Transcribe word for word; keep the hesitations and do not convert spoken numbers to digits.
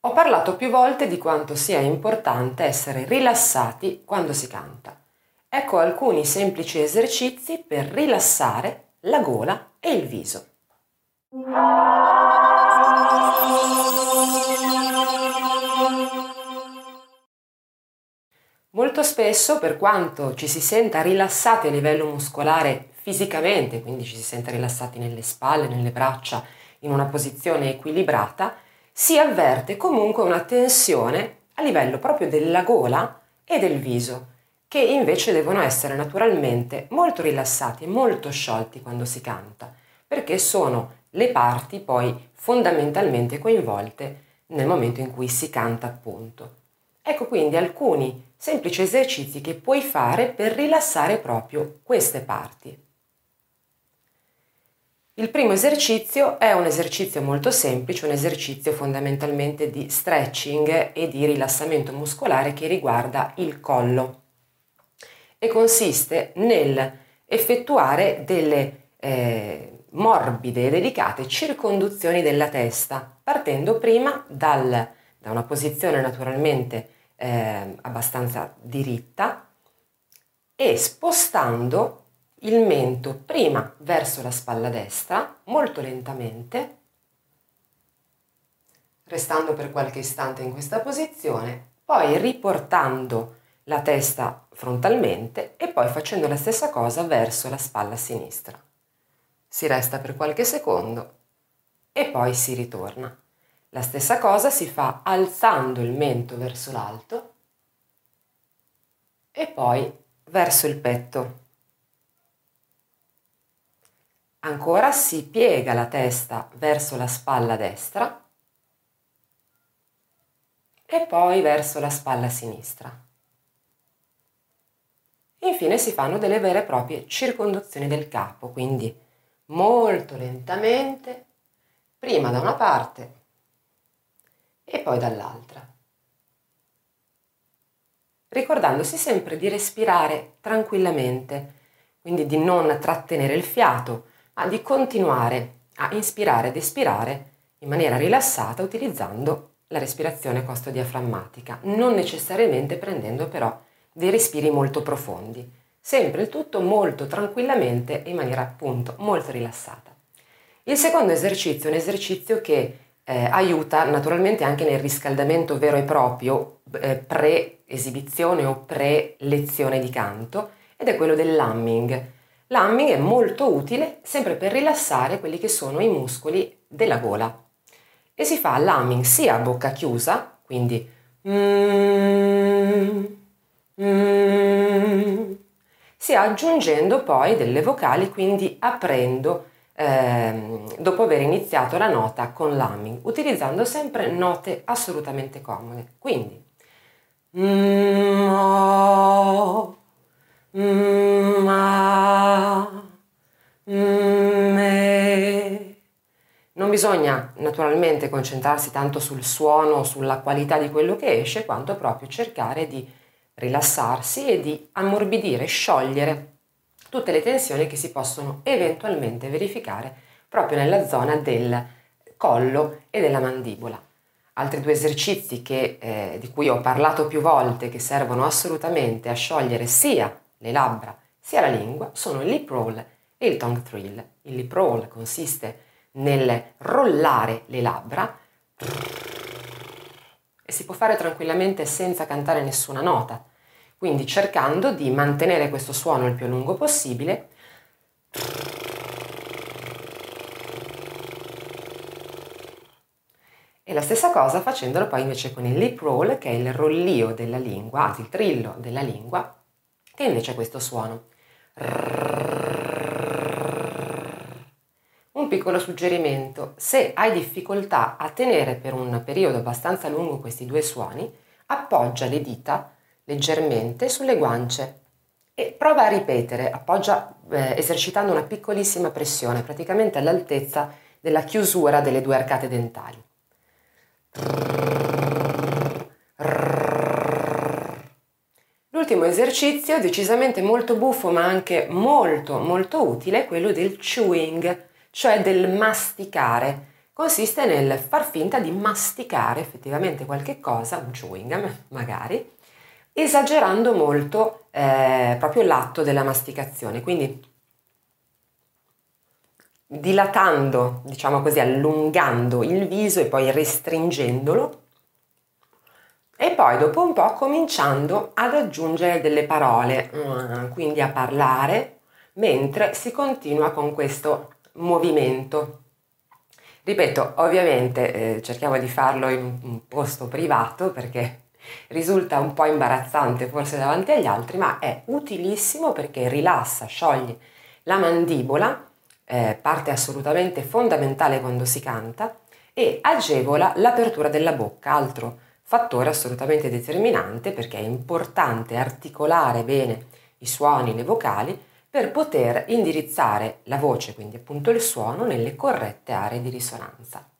Ho parlato più volte di quanto sia importante essere rilassati quando si canta. Ecco alcuni semplici esercizi per rilassare la gola e il viso. Molto spesso, per quanto ci si senta rilassati a livello muscolare fisicamente, quindi ci si senta rilassati nelle spalle, nelle braccia, in una posizione equilibrata, si avverte comunque una tensione a livello proprio della gola e del viso, che invece devono essere naturalmente molto rilassati e molto sciolti quando si canta, perché sono le parti poi fondamentalmente coinvolte nel momento in cui si canta, appunto. Ecco quindi alcuni semplici esercizi che puoi fare per rilassare proprio queste parti. Il primo esercizio è un esercizio molto semplice, un esercizio fondamentalmente di stretching e di rilassamento muscolare che riguarda il collo e consiste nel effettuare delle eh, morbide e delicate circonduzioni della testa, partendo prima dal, da una posizione naturalmente eh, abbastanza diritta e spostando il mento prima verso la spalla destra, molto lentamente, restando per qualche istante in questa posizione, poi riportando la testa frontalmente e poi facendo la stessa cosa verso la spalla sinistra. Si resta per qualche secondo e poi si ritorna. La stessa cosa si fa alzando il mento verso l'alto e poi verso il petto. Ancora si piega la testa verso la spalla destra e poi verso la spalla sinistra. Infine si fanno delle vere e proprie circonduzioni del capo, quindi molto lentamente, prima da una parte e poi dall'altra. Ricordandosi sempre di respirare tranquillamente, quindi di non trattenere il fiato, ma di continuare a inspirare ed espirare in maniera rilassata utilizzando la respirazione costodiaframmatica, non necessariamente prendendo però dei respiri molto profondi, sempre il tutto molto tranquillamente e in maniera appunto molto rilassata. Il secondo esercizio è un esercizio che eh, aiuta naturalmente anche nel riscaldamento vero e proprio eh, pre-esibizione o pre-lezione di canto ed è quello dell'humming. L'humming è molto utile sempre per rilassare quelli che sono i muscoli della gola e si fa l'humming sia a bocca chiusa, quindi mm, mm, sia aggiungendo poi delle vocali, quindi aprendo ehm, dopo aver iniziato la nota con l'humming, utilizzando sempre note assolutamente comode. Quindi mm, oh, mm, ah, mm, eh. Non bisogna naturalmente concentrarsi tanto sul suono o sulla qualità di quello che esce, quanto proprio cercare di rilassarsi e di ammorbidire, sciogliere tutte le tensioni che si possono eventualmente verificare proprio nella zona del collo e della mandibola. Altri due esercizi che, eh, di cui ho parlato più volte, che servono assolutamente a sciogliere sia le labbra sia la lingua, sono il lip roll e il tongue thrill. Il lip roll consiste nel rollare le labbra e si può fare tranquillamente senza cantare nessuna nota, quindi cercando di mantenere questo suono il più a lungo possibile e la stessa cosa facendolo poi invece con il lip roll, che è il rollio della lingua, anzi il trillo della lingua, che invece è questo suono. Un piccolo suggerimento: se hai difficoltà a tenere per un periodo abbastanza lungo questi due suoni, appoggia le dita leggermente sulle guance e prova a ripetere, appoggia eh, esercitando una piccolissima pressione, praticamente all'altezza della chiusura delle due arcate dentali. L'ultimo esercizio, decisamente molto buffo ma anche molto molto utile, è quello del chewing, cioè del masticare, consiste nel far finta di masticare effettivamente qualche cosa, un chewing gum magari, esagerando molto eh, proprio l'atto della masticazione, quindi dilatando, diciamo così, allungando il viso e poi restringendolo, e poi dopo un po' cominciando ad aggiungere delle parole, quindi a parlare mentre si continua con questo movimento. Ripeto, ovviamente eh, cerchiamo di farlo in un posto privato perché risulta un po' imbarazzante forse davanti agli altri, ma è utilissimo perché rilassa, scioglie la mandibola, eh, parte assolutamente fondamentale quando si canta, e agevola l'apertura della bocca, altro fattore assolutamente determinante perché è importante articolare bene i suoni, le vocali, per poter indirizzare la voce, quindi appunto il suono, nelle corrette aree di risonanza.